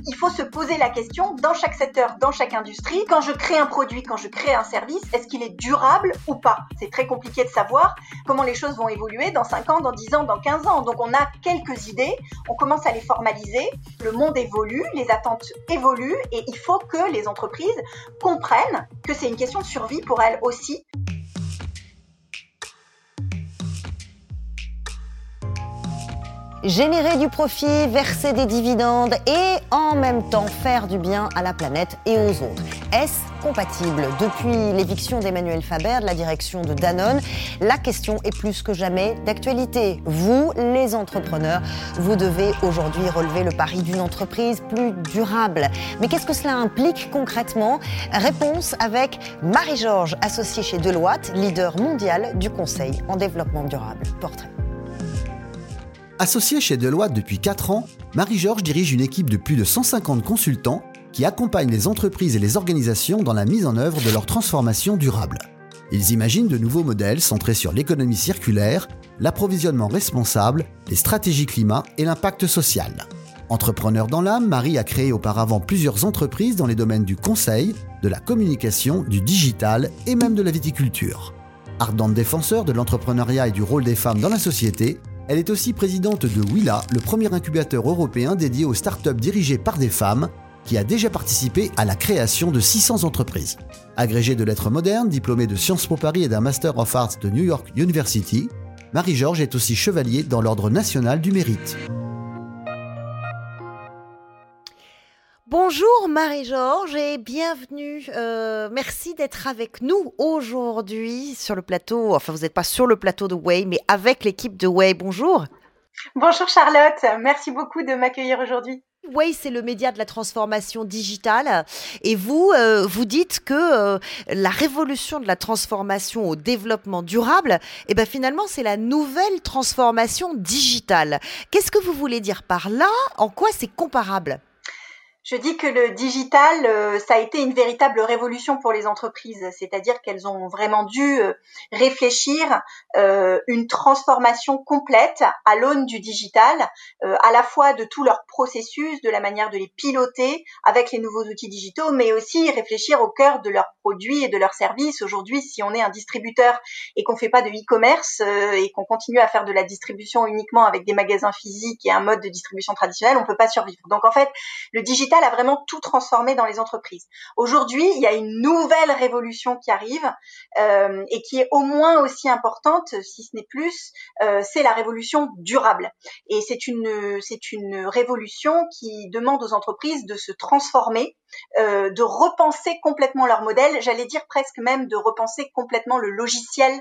il faut se poser la question dans chaque secteur, dans chaque industrie, quand je crée un produit, quand je crée un service, est-ce qu'il est durable ou pas? C'est très compliqué de savoir comment les choses vont évoluer dans 5 ans, dans 10 ans, dans 15 ans. Donc on a quelques idées, on commence à les formaliser, le monde évolue, les attentes évoluent et il faut que les entreprises comprennent que c'est une question de survie pour elles aussi. Générer du profit, verser des dividendes et en même temps faire du bien à la planète et aux autres. Est-ce compatible? Depuis l'éviction d'Emmanuel Faber de la direction de Danone, la question est plus que jamais d'actualité. Vous, les entrepreneurs, vous devez aujourd'hui relever le pari d'une entreprise plus durable. Mais qu'est-ce que cela implique concrètement? Réponse avec Marie-Georges, associée chez Deloitte, leader mondial du conseil en développement durable. Portrait. Associée chez Deloitte depuis 4 ans, Marie-Georges dirige une équipe de plus de 150 consultants qui accompagnent les entreprises et les organisations dans la mise en œuvre de leur transformation durable. Ils imaginent de nouveaux modèles centrés sur l'économie circulaire, l'approvisionnement responsable, les stratégies climat et l'impact social. Entrepreneur dans l'âme, Marie a créé auparavant plusieurs entreprises dans les domaines du conseil, de la communication, du digital et même de la viticulture. Ardente défenseur de l'entrepreneuriat et du rôle des femmes dans la société, elle est aussi présidente de Willa, le premier incubateur européen dédié aux startups dirigées par des femmes, qui a déjà participé à la création de 600 entreprises. Agrégée de lettres modernes, diplômée de Sciences Po Paris et d'un Master of Arts de New York University, Marie-Georges est aussi chevalier dans l'Ordre national du mérite. Bonjour Marie-Georges et bienvenue. Merci d'être avec nous aujourd'hui sur le plateau. Enfin, vous n'êtes pas sur le plateau de Way, mais avec l'équipe de Way. Bonjour. Bonjour Charlotte, merci beaucoup de m'accueillir aujourd'hui. Way, c'est le média de la transformation digitale et vous dites que la révolution de la transformation au développement durable, finalement, c'est la nouvelle transformation digitale. Qu'est-ce que vous voulez dire par là? En quoi c'est comparable? Je dis que le digital, ça a été une véritable révolution pour les entreprises, c'est-à-dire qu'elles ont vraiment dû réfléchir une transformation complète à l'aune du digital, à la fois de tout leur processus, de la manière de les piloter avec les nouveaux outils digitaux, mais aussi réfléchir au cœur de leurs produits et de leurs services. Aujourd'hui, si on est un distributeur et qu'on fait pas de e-commerce et qu'on continue à faire de la distribution uniquement avec des magasins physiques et un mode de distribution traditionnel, on peut pas survivre. Donc en fait, le digital a vraiment tout transformé dans les entreprises. Aujourd'hui, il y a une nouvelle révolution qui arrive et qui est au moins aussi importante, si ce n'est plus, c'est la révolution durable. Et c'est une révolution qui demande aux entreprises de se transformer, de repenser complètement leur modèle, j'allais dire presque même de repenser complètement le logiciel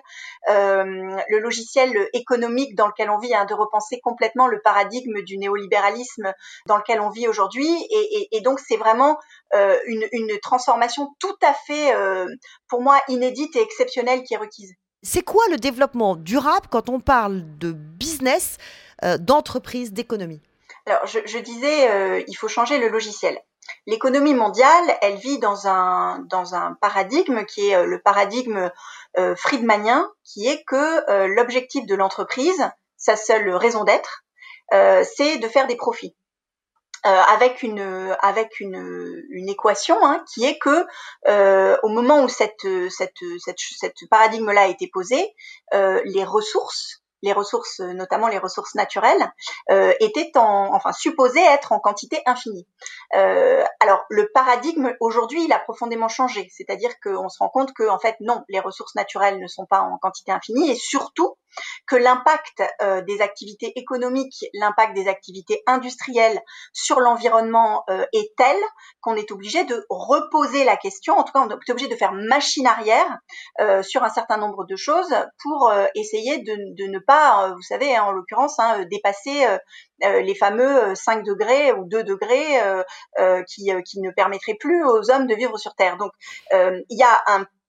économique dans lequel on vit, de repenser complètement le paradigme du néolibéralisme dans lequel on vit aujourd'hui. Et donc, c'est vraiment une transformation tout à fait, pour moi, inédite et exceptionnelle qui est requise. C'est quoi le développement durable quand on parle de business, d'entreprise, d'économie? Alors, je disais, il faut changer le logiciel. L'économie mondiale, elle vit dans un paradigme qui est le paradigme friedmanien, qui est que l'objectif de l'entreprise, sa seule raison d'être, c'est de faire des profits. Avec une équation qui est que au moment où cette paradigme-là a été posé, les ressources, notamment les ressources naturelles, étaient supposées être en quantité infinie. Alors le paradigme aujourd'hui, il a profondément changé, c'est-à-dire qu'on se rend compte que en fait non, les ressources naturelles ne sont pas en quantité infinie et surtout que l'impact des activités économiques, l'impact des activités industrielles sur l'environnement est tel qu'on est obligé de reposer la question, en tout cas on est obligé de faire machine arrière sur un certain nombre de choses pour essayer de ne pas, vous savez, en l'occurrence, dépasser les fameux 5 degrés ou 2 degrés qui ne permettraient plus aux hommes de vivre sur Terre. Donc il y a un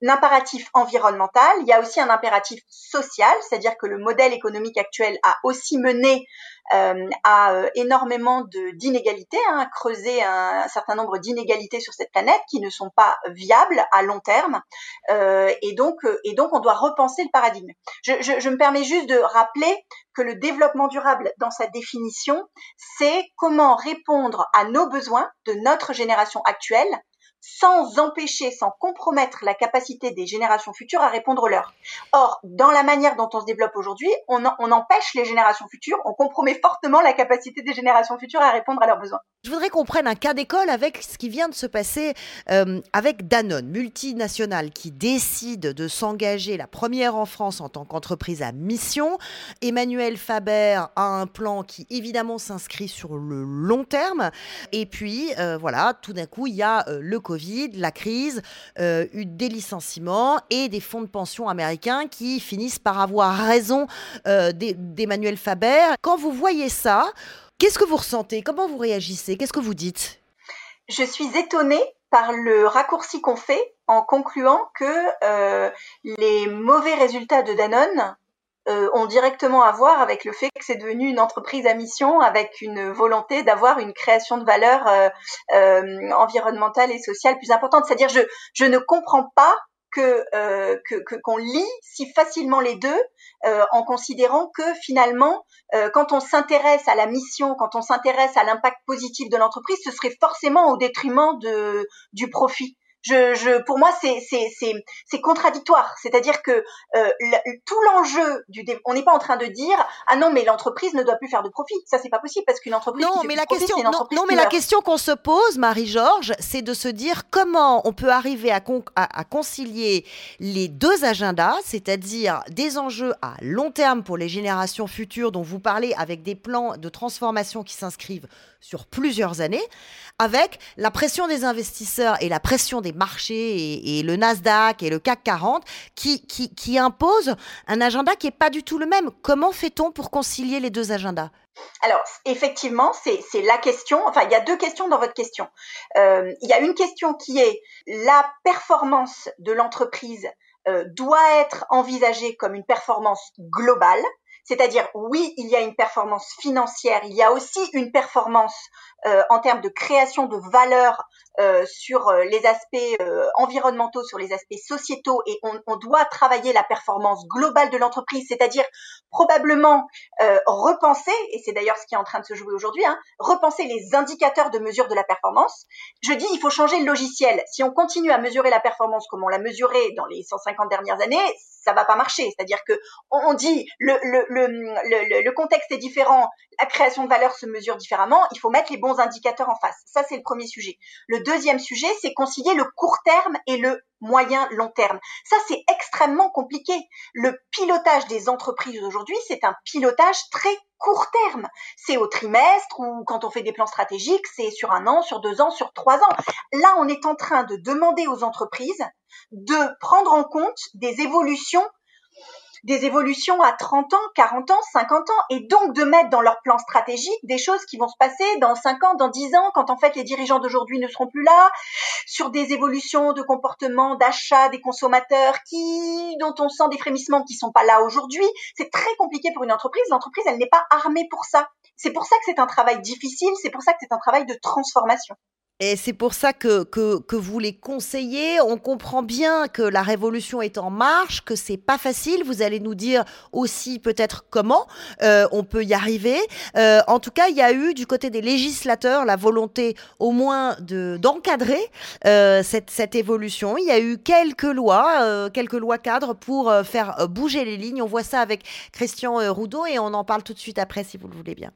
impératif environnemental, il y a aussi un impératif social, c'est-à-dire que le modèle économique actuel a aussi mené à énormément d'inégalités, creusé un certain nombre d'inégalités sur cette planète qui ne sont pas viables à long terme, et donc on doit repenser le paradigme. Je me permets juste de rappeler que le développement durable, dans sa définition, c'est comment répondre à nos besoins de notre génération actuelle, sans empêcher, sans compromettre la capacité des générations futures à répondre aux leurs. Or, dans la manière dont on se développe aujourd'hui, on empêche les générations futures, on compromet fortement la capacité des générations futures à répondre à leurs besoins. Je voudrais qu'on prenne un cas d'école avec ce qui vient de se passer avec Danone, multinationale qui décide de s'engager, la première en France en tant qu'entreprise à mission. Emmanuel Faber a un plan qui évidemment s'inscrit sur le long terme. Et puis voilà, tout d'un coup, il y a le Covid, la crise, des licenciements et des fonds de pension américains qui finissent par avoir raison d'Emmanuel Faber. Quand vous voyez ça, qu'est-ce que vous ressentez? Comment vous réagissez? Qu'est-ce que vous dites? Je suis étonnée par le raccourci qu'on fait en concluant que les mauvais résultats de Danone ont directement à voir avec le fait que c'est devenu une entreprise à mission avec une volonté d'avoir une création de valeur environnementale et sociale plus importante. C'est-à-dire, je ne comprends pas qu'on lie si facilement les deux en considérant que finalement, quand on s'intéresse à la mission, quand on s'intéresse à l'impact positif de l'entreprise, ce serait forcément au détriment du profit. Pour moi, c'est contradictoire. C'est-à-dire que tout l'enjeu on n'est pas en train de dire ah non mais l'entreprise ne doit plus faire de profit. Ça c'est pas possible parce qu'une entreprise qui fait plus de profit, c'est une entreprise qui meurt. La question qu'on se pose, Marie-Georges, c'est de se dire comment on peut arriver à concilier les deux agendas, c'est-à-dire des enjeux à long terme pour les générations futures dont vous parlez, avec des plans de transformation qui s'inscrivent sur plusieurs années, avec la pression des investisseurs et la pression des marchés et le Nasdaq et le CAC 40 qui imposent un agenda qui n'est pas du tout le même. Comment fait-on pour concilier les deux agendas ? Alors, effectivement, c'est la question. Enfin, il y a deux questions dans votre question. Il y a une question qui est la performance de l'entreprise doit être envisagée comme une performance globale. C'est-à-dire, oui, il y a une performance financière, il y a aussi une performance en termes de création de valeur sur les aspects environnementaux, sur les aspects sociétaux, et on doit travailler la performance globale de l'entreprise, c'est-à-dire probablement repenser, et c'est d'ailleurs ce qui est en train de se jouer aujourd'hui, repenser les indicateurs de mesure de la performance. Je dis, il faut changer le logiciel. Si on continue à mesurer la performance comme on l'a mesurée dans les 150 dernières années, ça va pas marcher. C'est-à-dire que on dit le contexte est différent, la création de valeur se mesure différemment, il faut mettre les bons indicateurs en face. Ça, c'est le premier sujet. Le deuxième sujet, c'est concilier le court terme et le moyen long terme. Ça, c'est extrêmement compliqué. Le pilotage des entreprises aujourd'hui, c'est un pilotage très court terme. C'est au trimestre ou quand on fait des plans stratégiques, c'est sur 1 an, sur 2 ans, sur 3 ans. Là, on est en train de demander aux entreprises de prendre en compte des évolutions à 30 ans, 40 ans, 50 ans, et donc de mettre dans leur plan stratégique des choses qui vont se passer dans 5 ans, dans 10 ans, quand en fait les dirigeants d'aujourd'hui ne seront plus là, sur des évolutions de comportement, d'achat des consommateurs dont on sent des frémissements qui sont pas là aujourd'hui. C'est très compliqué pour une entreprise. L'entreprise, elle n'est pas armée pour ça. C'est pour ça que c'est un travail difficile, c'est pour ça que c'est un travail de transformation. Et c'est pour ça que vous les conseillez. On comprend bien que la révolution est en marche, que c'est pas facile. Vous allez nous dire aussi peut-être comment on peut y arriver. En tout cas, il y a eu du côté des législateurs la volonté au moins d'encadrer cette évolution. Il y a eu quelques lois cadres pour faire bouger les lignes. On voit ça avec Christian Roudeau et on en parle tout de suite après si vous le voulez bien.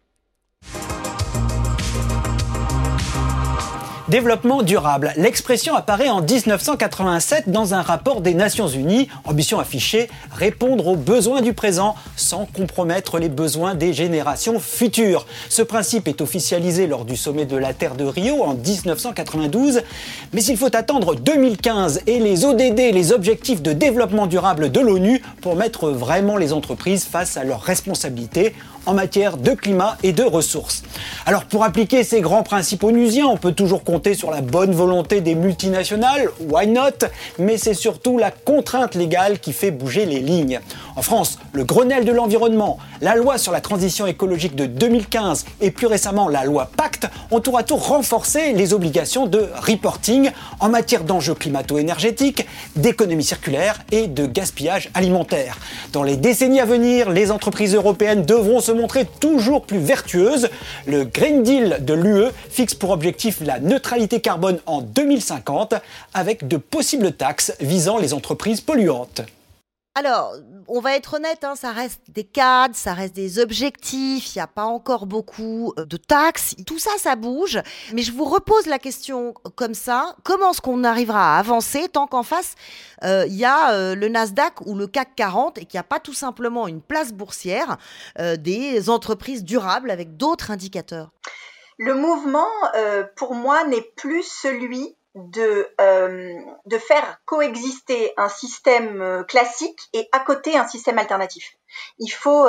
Développement durable. L'expression apparaît en 1987 dans un rapport des Nations Unies. Ambition affichée, répondre aux besoins du présent sans compromettre les besoins des générations futures. Ce principe est officialisé lors du sommet de la Terre de Rio en 1992. Mais il faut attendre 2015 et les ODD, les objectifs de développement durable de l'ONU, pour mettre vraiment les entreprises face à leurs responsabilités en matière de climat et de ressources. Alors pour appliquer ces grands principes onusiens, on peut toujours compter sur la bonne volonté des multinationales, why not, mais c'est surtout la contrainte légale qui fait bouger les lignes. En France, le Grenelle de l'environnement, la loi sur la transition écologique de 2015 et plus récemment la loi Pacte ont tour à tour renforcé les obligations de reporting en matière d'enjeux climato-énergétiques, d'économie circulaire et de gaspillage alimentaire. Dans les décennies à venir, les entreprises européennes devront se montrer toujours plus vertueuses. Le Green Deal de l'UE fixe pour objectif la neutralité carbone en 2050 avec de possibles taxes visant les entreprises polluantes. Alors, on va être honnête, ça reste des cadres, ça reste des objectifs, il n'y a pas encore beaucoup de taxes, tout ça, ça bouge. Mais je vous repose la question comme ça, comment est-ce qu'on arrivera à avancer tant qu'en face, il y a le Nasdaq ou le CAC 40 et qu'il n'y a pas tout simplement une place boursière des entreprises durables avec d'autres indicateurs? Le mouvement, pour moi, n'est plus celui de faire coexister un système classique et à côté un système alternatif. Il faut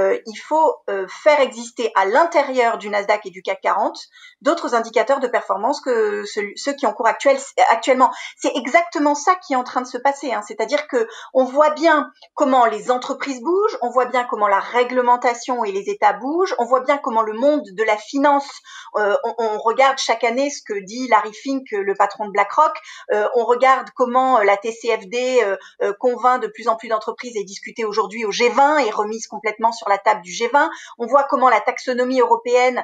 faire exister à l'intérieur du Nasdaq et du CAC 40 d'autres indicateurs de performance que ceux qui ont cours actuellement. C'est exactement ça qui est en train de se passer, C'est-à-dire que on voit bien comment les entreprises bougent, on voit bien comment la réglementation et les États bougent, on voit bien comment le monde de la finance, on regarde chaque année ce que dit Larry Fink, le patron de BlackRock, on regarde comment la TCFD convainc de plus en plus d'entreprises et discutée aujourd'hui au G20 est remise complètement sur la table du G20. On voit comment la taxonomie européenne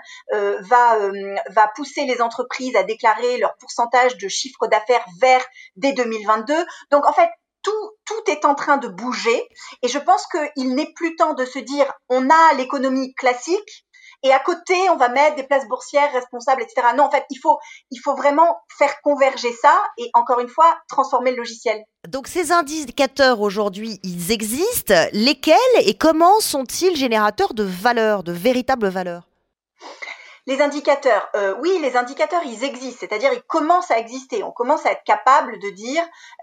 va pousser les entreprises à déclarer leur pourcentage de chiffre d'affaires vert dès 2022. Donc en fait, tout est en train de bouger et je pense qu'il n'est plus temps de se dire on a l'économie classique et à côté, on va mettre des places boursières responsables, etc. Non, en fait, il faut vraiment faire converger ça et, encore une fois, transformer le logiciel. Donc, ces indicateurs, aujourd'hui, ils existent. Lesquels et comment sont-ils générateurs de valeur, de véritables valeurs ? Les indicateurs, oui, les indicateurs, ils existent, c'est-à-dire ils commencent à exister. On commence à être capable de dire,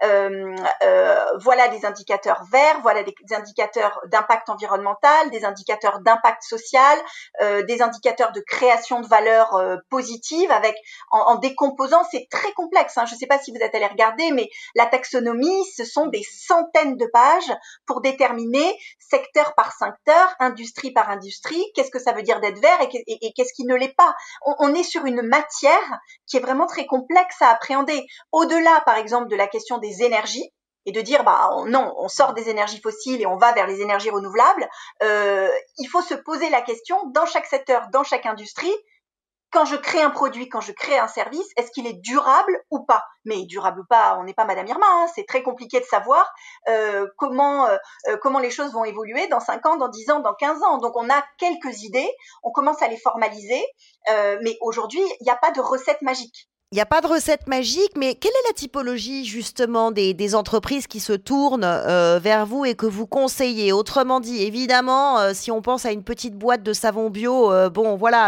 voilà des indicateurs verts, voilà des indicateurs d'impact environnemental, des indicateurs d'impact social, des indicateurs de création de valeur positive, avec en décomposant. C'est très complexe. Je ne sais pas si vous êtes allé regarder, mais la taxonomie, ce sont des centaines de pages pour déterminer secteur par secteur, industrie par industrie, qu'est-ce que ça veut dire d'être vert et qu'est-ce qui ne l'est pas. On est sur une matière qui est vraiment très complexe à appréhender. Au-delà, par exemple, de la question des énergies, et de dire, non, on sort des énergies fossiles et on va vers les énergies renouvelables, il faut se poser la question, dans chaque secteur, dans chaque industrie, quand je crée un produit, quand je crée un service, est-ce qu'il est durable ou pas? Mais durable ou pas, on n'est pas Madame Irma, c'est très compliqué de savoir comment les choses vont évoluer dans 5 ans, dans 10 ans, dans 15 ans. Donc on a quelques idées, on commence à les formaliser, mais aujourd'hui, il n'y a pas de recette magique. Il n'y a pas de recette magique, mais quelle est la typologie justement des entreprises qui se tournent vers vous et que vous conseillez? Autrement dit, évidemment, si on pense à une petite boîte de savon bio, voilà,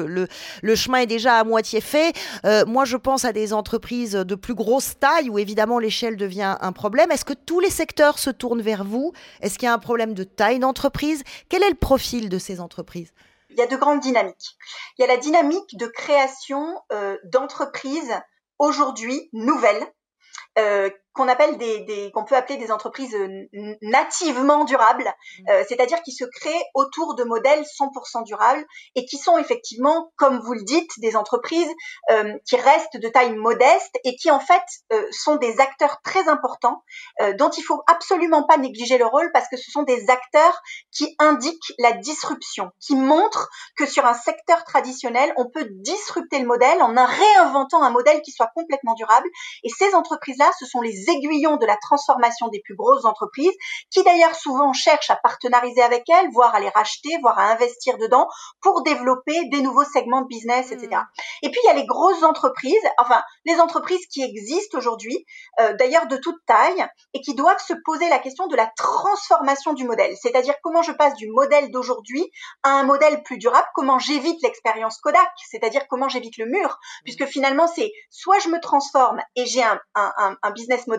le chemin est déjà à moitié fait. Moi, je pense à des entreprises de plus grosse taille où évidemment l'échelle devient un problème. Est-ce que tous les secteurs se tournent vers vous? Est-ce qu'il y a un problème de taille d'entreprise? Quel est le profil de ces entreprises? Il y a de grandes dynamiques. Il y a la dynamique de création d'entreprises aujourd'hui nouvelles, qu'on appelle qu'on peut appeler des entreprises nativement durables, c'est-à-dire qui se créent autour de modèles 100% durables et qui sont effectivement, comme vous le dites, des entreprises qui restent de taille modeste et qui en fait sont des acteurs très importants dont il faut absolument pas négliger le rôle parce que ce sont des acteurs qui indiquent la disruption, qui montrent que sur un secteur traditionnel, on peut disrupter le modèle en réinventant un modèle qui soit complètement durable. Et ces entreprises-là, ce sont les aiguillons de la transformation des plus grosses entreprises qui d'ailleurs souvent cherchent à partenariser avec elles, voire à les racheter, voire à investir dedans pour développer des nouveaux segments de business, etc. Et puis il y a les grosses entreprises, enfin les entreprises qui existent aujourd'hui, d'ailleurs de toute taille, et qui doivent se poser la question de la transformation du modèle, c'est-à-dire comment je passe du modèle d'aujourd'hui à un modèle plus durable, comment j'évite l'expérience Kodak, c'est-à-dire comment j'évite le mur, puisque finalement c'est soit je me transforme et j'ai un business model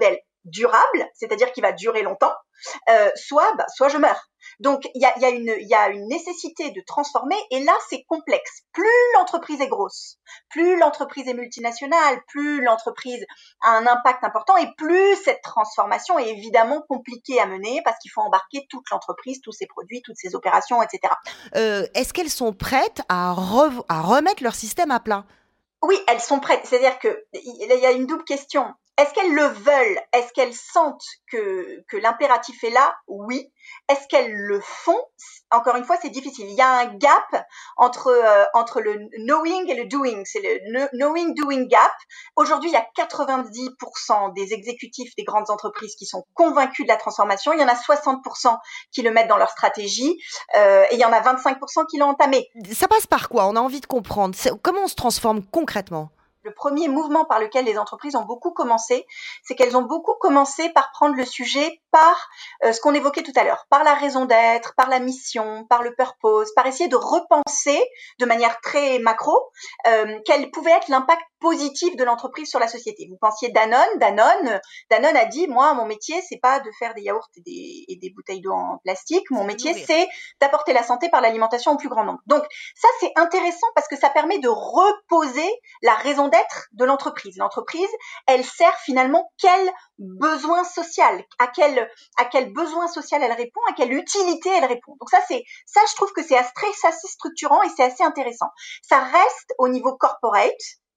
durable, c'est-à-dire qui va durer longtemps, soit je meurs. Donc il y a une nécessité de transformer, et là c'est complexe. Plus l'entreprise est grosse, plus l'entreprise est multinationale, plus l'entreprise a un impact important, et plus cette transformation est évidemment compliquée à mener parce qu'il faut embarquer toute l'entreprise, tous ses produits, toutes ses opérations, etc. Est-ce qu'elles sont prêtes à remettre leur système à plat? Oui, elles sont prêtes. C'est-à-dire que il y a une double question. Est-ce qu'elles le veulent? Est-ce qu'elles sentent que l'impératif est là? Oui. Est-ce qu'elles le font? Encore une fois, c'est difficile. Il y a un gap entre le knowing et le doing. C'est le knowing-doing gap. Aujourd'hui, il y a 90% des exécutifs des grandes entreprises qui sont convaincus de la transformation. Il y en a 60% qui le mettent dans leur stratégie. Et il y en a 25% qui l'ont entamé. Ça passe par quoi? On a envie de comprendre. Comment on se transforme concrètement? Le premier mouvement par lequel les entreprises ont beaucoup commencé, c'est qu'elles ont beaucoup commencé par prendre le sujet par ce qu'on évoquait tout à l'heure, par la raison d'être, par la mission, par le purpose, par essayer de repenser de manière très macro quel pouvait être l'impact positif de l'entreprise sur la société. Vous pensiez Danone a dit, moi, mon métier, c'est pas de faire des yaourts et des bouteilles d'eau en plastique, mon métier, c'est d'apporter la santé par l'alimentation au plus grand nombre. Donc ça, c'est intéressant parce que ça permet de reposer la raison d'être de l'entreprise. L'entreprise, elle sert finalement quel besoin social, à quel besoin social elle répond, à quelle utilité elle répond. Donc ça, je trouve que c'est assez structurant et c'est assez intéressant. Ça reste au niveau corporate,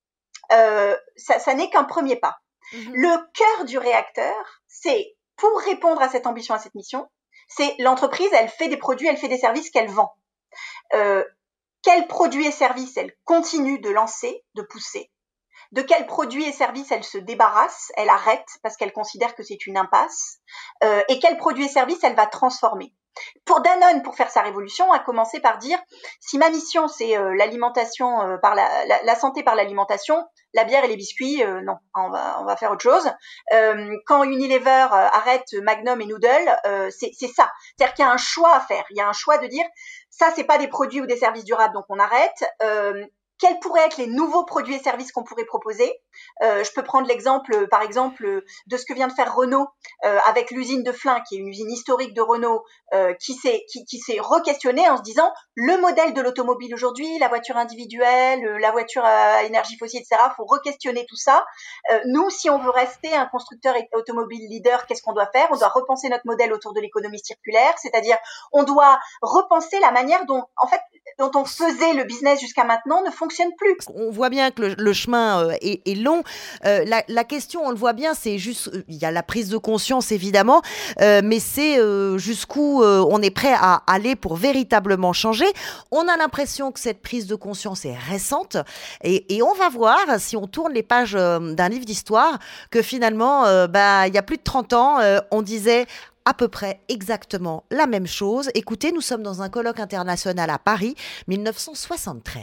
ça n'est qu'un premier pas. Le cœur du réacteur, c'est pour répondre à cette ambition, à cette mission, c'est l'entreprise, elle fait des produits, elle fait des services qu'elle vend. Quels produits et services elle continue de lancer, de pousser? De quels produits et services elle se débarrasse, elle arrête parce qu'elle considère que c'est une impasse, et quels produits et services elle va transformer. Pour Danone, pour faire sa révolution, a commencé par dire, si ma mission c'est l'alimentation par la santé par l'alimentation, la bière et les biscuits, non, on va faire autre chose. Quand Unilever arrête Magnum et Noodle, c'est ça. C'est-à-dire qu'il y a un choix à faire. Il y a un choix de dire, ça c'est pas des produits ou des services durables, donc on arrête. Quels pourraient être les nouveaux produits et services qu'on pourrait proposer? Je peux prendre l'exemple, par exemple, de ce que vient de faire Renault avec l'usine de Flins, qui est une usine historique de Renault, qui s'est re-questionnée en se disant le modèle de l'automobile aujourd'hui, la voiture individuelle, la voiture à énergie fossile, etc. Faut re-questionner tout ça. Nous, si on veut rester un constructeur automobile leader, qu'est-ce qu'on doit faire? On doit repenser notre modèle autour de l'économie circulaire, c'est-à-dire on doit repenser la manière dont on faisait le business jusqu'à maintenant ne fonctionne plus. On voit bien que le chemin est long. La question, on le voit bien, c'est juste, il y a la prise de conscience évidemment, mais c'est jusqu'où on est prêt à aller pour véritablement changer. On a l'impression que cette prise de conscience est récente et on va voir, si on tourne les pages d'un livre d'histoire, que finalement, il y a plus de 30 ans, on disait à peu près exactement la même chose. Écoutez, nous sommes dans un colloque international à Paris, 1973.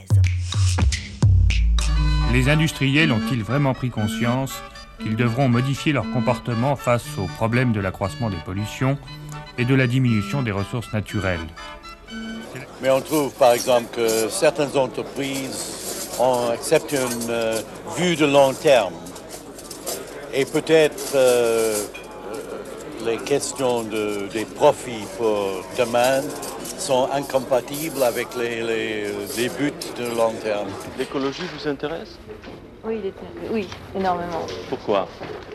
Les industriels ont-ils vraiment pris conscience qu'ils devront modifier leur comportement face aux problèmes de l'accroissement des pollutions et de la diminution des ressources naturelles? Mais on trouve par exemple que certaines entreprises acceptent une vue de long terme et peut-être les questions des profits pour demain sont incompatibles avec les buts de long terme. L'écologie vous intéresse? Oui, énormément. Pourquoi?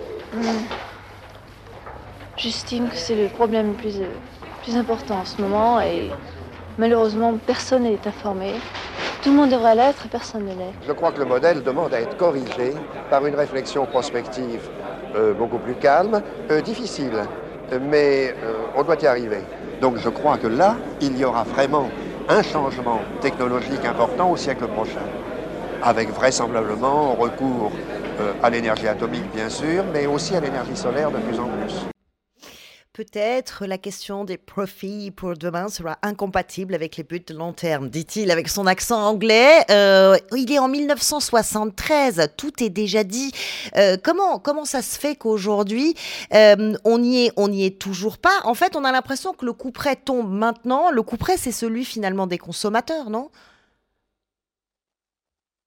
J'estime que c'est le problème le plus important en ce moment et malheureusement personne n'est informé. Tout le monde devrait l'être et personne ne l'est. Je crois que le modèle demande à être corrigé par une réflexion prospective beaucoup plus calme, difficile, mais on doit y arriver. Donc je crois que là, il y aura vraiment un changement technologique important au siècle prochain, avec vraisemblablement recours à l'énergie atomique bien sûr, mais aussi à l'énergie solaire de plus en plus. Peut-être la question des profits pour demain sera incompatible avec les buts de long terme, dit-il avec son accent anglais. Il est en 1973, tout est déjà dit. Comment ça se fait qu'aujourd'hui, on n'y est toujours pas? En fait, on a l'impression que le couperet tombe maintenant. Le couperet, c'est celui finalement des consommateurs, non?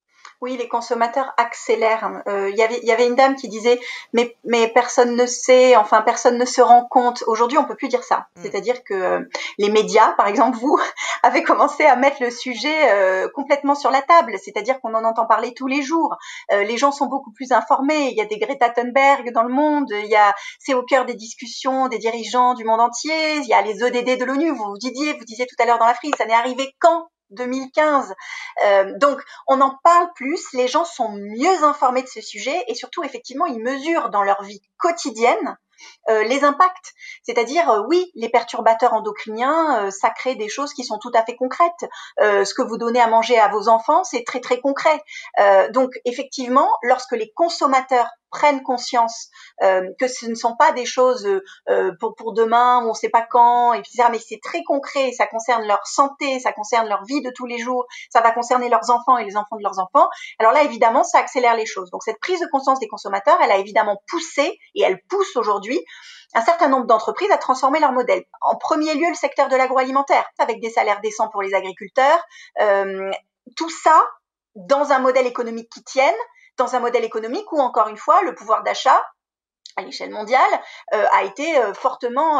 Oui, les consommateurs accélèrent. Il y avait une dame qui disait mais personne ne sait, enfin personne ne se rend compte. Aujourd'hui, on peut plus dire ça. C'est-à-dire que les médias, par exemple vous, avez commencé à mettre le sujet complètement sur la table. C'est-à-dire qu'on en entend parler tous les jours. Les gens sont beaucoup plus informés. Il y a des Greta Thunberg dans le monde. C'est au cœur des discussions des dirigeants du monde entier. Il y a les ODD de l'ONU. Vous disiez tout à l'heure dans la frise, ça n'est arrivé quand 2015. Donc, on en parle plus, les gens sont mieux informés de ce sujet et surtout, effectivement, ils mesurent dans leur vie quotidienne les impacts. C'est-à-dire, oui, les perturbateurs endocriniens, ça crée des choses qui sont tout à fait concrètes. Ce que vous donnez à manger à vos enfants, c'est très, très concret. Donc, effectivement, lorsque les consommateurs prennent conscience que ce ne sont pas des choses pour demain, on ne sait pas quand, et puis mais c'est très concret, ça concerne leur santé, ça concerne leur vie de tous les jours, ça va concerner leurs enfants et les enfants de leurs enfants. Alors là, évidemment, ça accélère les choses. Donc cette prise de conscience des consommateurs, elle a évidemment poussé, et elle pousse aujourd'hui, un certain nombre d'entreprises à transformer leur modèle. En premier lieu, le secteur de l'agroalimentaire, avec des salaires décents pour les agriculteurs. Tout ça dans un modèle économique qui tienne, dans un modèle économique où, encore une fois, le pouvoir d'achat, à l'échelle mondiale, a été fortement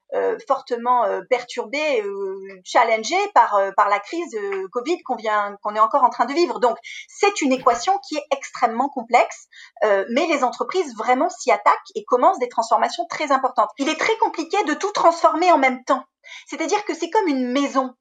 perturbé, challengé par la crise Covid qu'on est encore en train de vivre. Donc, c'est une équation qui est extrêmement complexe, mais les entreprises vraiment s'y attaquent et commencent des transformations très importantes. Il est très compliqué de tout transformer en même temps. C'est-à-dire que c'est comme une maison.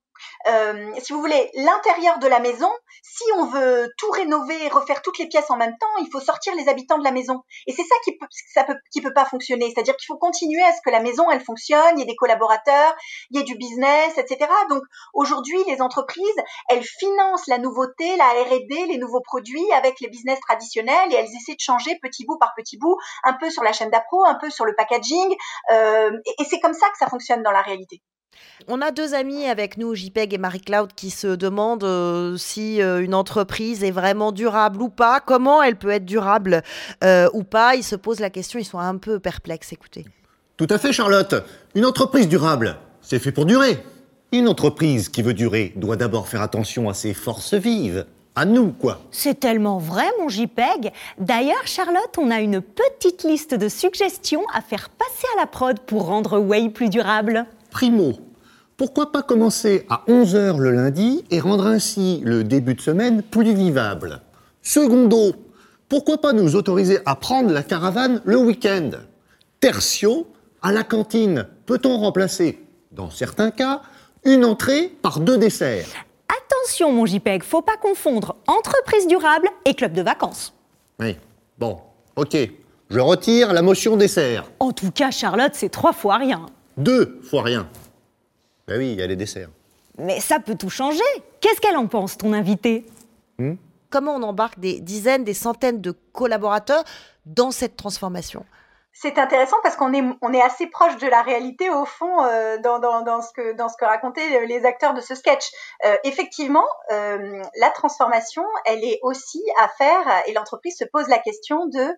Si vous voulez, l'intérieur de la maison, si on veut tout rénover, refaire toutes les pièces en même temps, il faut sortir les habitants de la maison. Et c'est ça qui peut pas fonctionner. C'est-à-dire qu'il faut continuer à ce que la maison, elle fonctionne, il y ait des collaborateurs, il y ait du business, etc. Donc, aujourd'hui, les entreprises, elles financent la nouveauté, la R&D, les nouveaux produits avec les business traditionnels et elles essaient de changer petit bout par petit bout, un peu sur la chaîne d'appro, un peu sur le packaging. Et c'est comme ça que ça fonctionne dans la réalité. On a deux amis avec nous, JPEG et Marie-Claude, qui se demandent si une entreprise est vraiment durable ou pas, comment elle peut être durable ou pas. Ils se posent la question, ils sont un peu perplexes, écoutez. Tout à fait, Charlotte. Une entreprise durable, c'est fait pour durer. Une entreprise qui veut durer doit d'abord faire attention à ses forces vives. À nous, quoi. C'est tellement vrai, mon JPEG. D'ailleurs, Charlotte, on a une petite liste de suggestions à faire passer à la prod pour rendre Way plus durable. Primo, pourquoi pas commencer à 11h le lundi et rendre ainsi le début de semaine plus vivable? Secondo, pourquoi pas nous autoriser à prendre la caravane le week-end? Tertio, à la cantine, peut-on remplacer, dans certains cas, une entrée par 2 desserts? Attention, mon JPEG, faut pas confondre entreprise durable et club de vacances. Oui, bon, ok, je retire la motion dessert. En tout cas, Charlotte, c'est 3 fois rien. 2 fois rien. Ben oui, il y a les desserts. Mais ça peut tout changer. Qu'est-ce qu'elle en pense, ton invitée ? Comment on embarque des dizaines, des centaines de collaborateurs dans cette transformation ? C'est intéressant parce qu'on est assez proche de la réalité au fond dans ce que racontaient les acteurs de ce sketch. Effectivement, la transformation, elle est aussi à faire et l'entreprise se pose la question de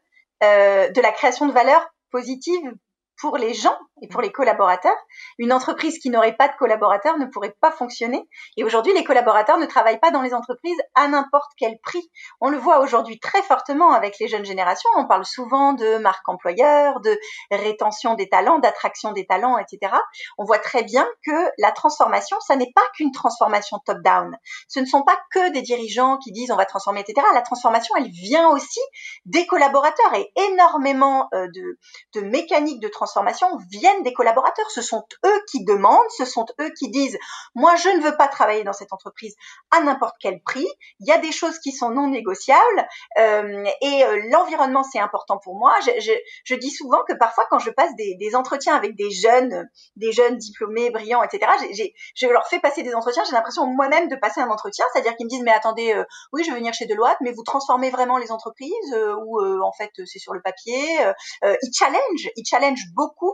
la création de valeur positive pour les gens et pour les collaborateurs. Une entreprise qui n'aurait pas de collaborateurs ne pourrait pas fonctionner. Et aujourd'hui, les collaborateurs ne travaillent pas dans les entreprises à n'importe quel prix. On le voit aujourd'hui très fortement avec les jeunes générations. On parle souvent de marque employeur, de rétention des talents, d'attraction des talents, etc. On voit très bien que la transformation, ça n'est pas qu'une transformation top-down. Ce ne sont pas que des dirigeants qui disent on va transformer, etc. La transformation, elle vient aussi des collaborateurs et énormément de mécaniques de transformation viennent des collaborateurs. Ce sont eux qui demandent, ce sont eux qui disent « Moi, je ne veux pas travailler dans cette entreprise à n'importe quel prix. Il y a des choses qui sont non négociables et l'environnement, c'est important pour moi. » Je dis souvent que parfois, quand je passe des entretiens avec des jeunes diplômés, brillants, etc., je leur fais passer des entretiens. J'ai l'impression moi-même de passer un entretien, c'est-à-dire qu'ils me disent « Mais attendez, oui, je veux venir chez Deloitte, mais vous transformez vraiment les entreprises ou en fait, c'est sur le papier ?» Ils challenge beaucoup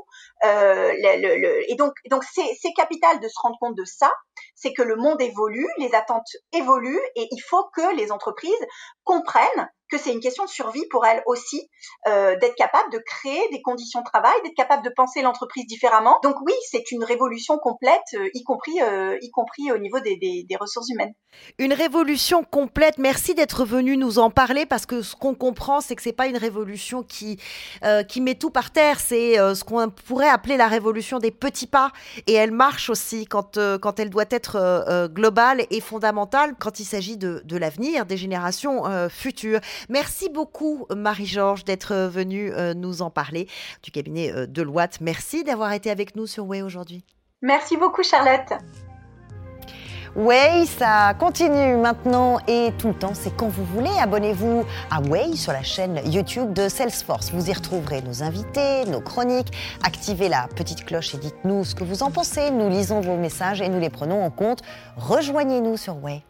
et donc c'est capital de se rendre compte de ça, c'est que le monde évolue, les attentes évoluent et il faut que les entreprises comprennent que c'est une question de survie pour elles aussi, d'être capable de créer des conditions de travail, d'être capable de penser l'entreprise différemment. Donc oui, c'est une révolution complète, y compris au niveau des ressources humaines. Une révolution complète. Merci d'être venu nous en parler, parce que ce qu'on comprend, c'est que c'est pas une révolution qui met tout par terre. C'est ce qu'on pourrait appeler la révolution des petits pas. Et elle marche aussi quand elle doit être globale et fondamentale quand il s'agit de l'avenir des générations futures. Merci beaucoup, Marie-Georges, d'être venue nous en parler du cabinet Deloitte. Merci d'avoir été avec nous sur Way aujourd'hui. Merci beaucoup, Charlotte. Way, ça continue maintenant et tout le temps, c'est quand vous voulez. Abonnez-vous à Way sur la chaîne YouTube de Salesforce. Vous y retrouverez nos invités, nos chroniques. Activez la petite cloche et dites-nous ce que vous en pensez. Nous lisons vos messages et nous les prenons en compte. Rejoignez-nous sur Way.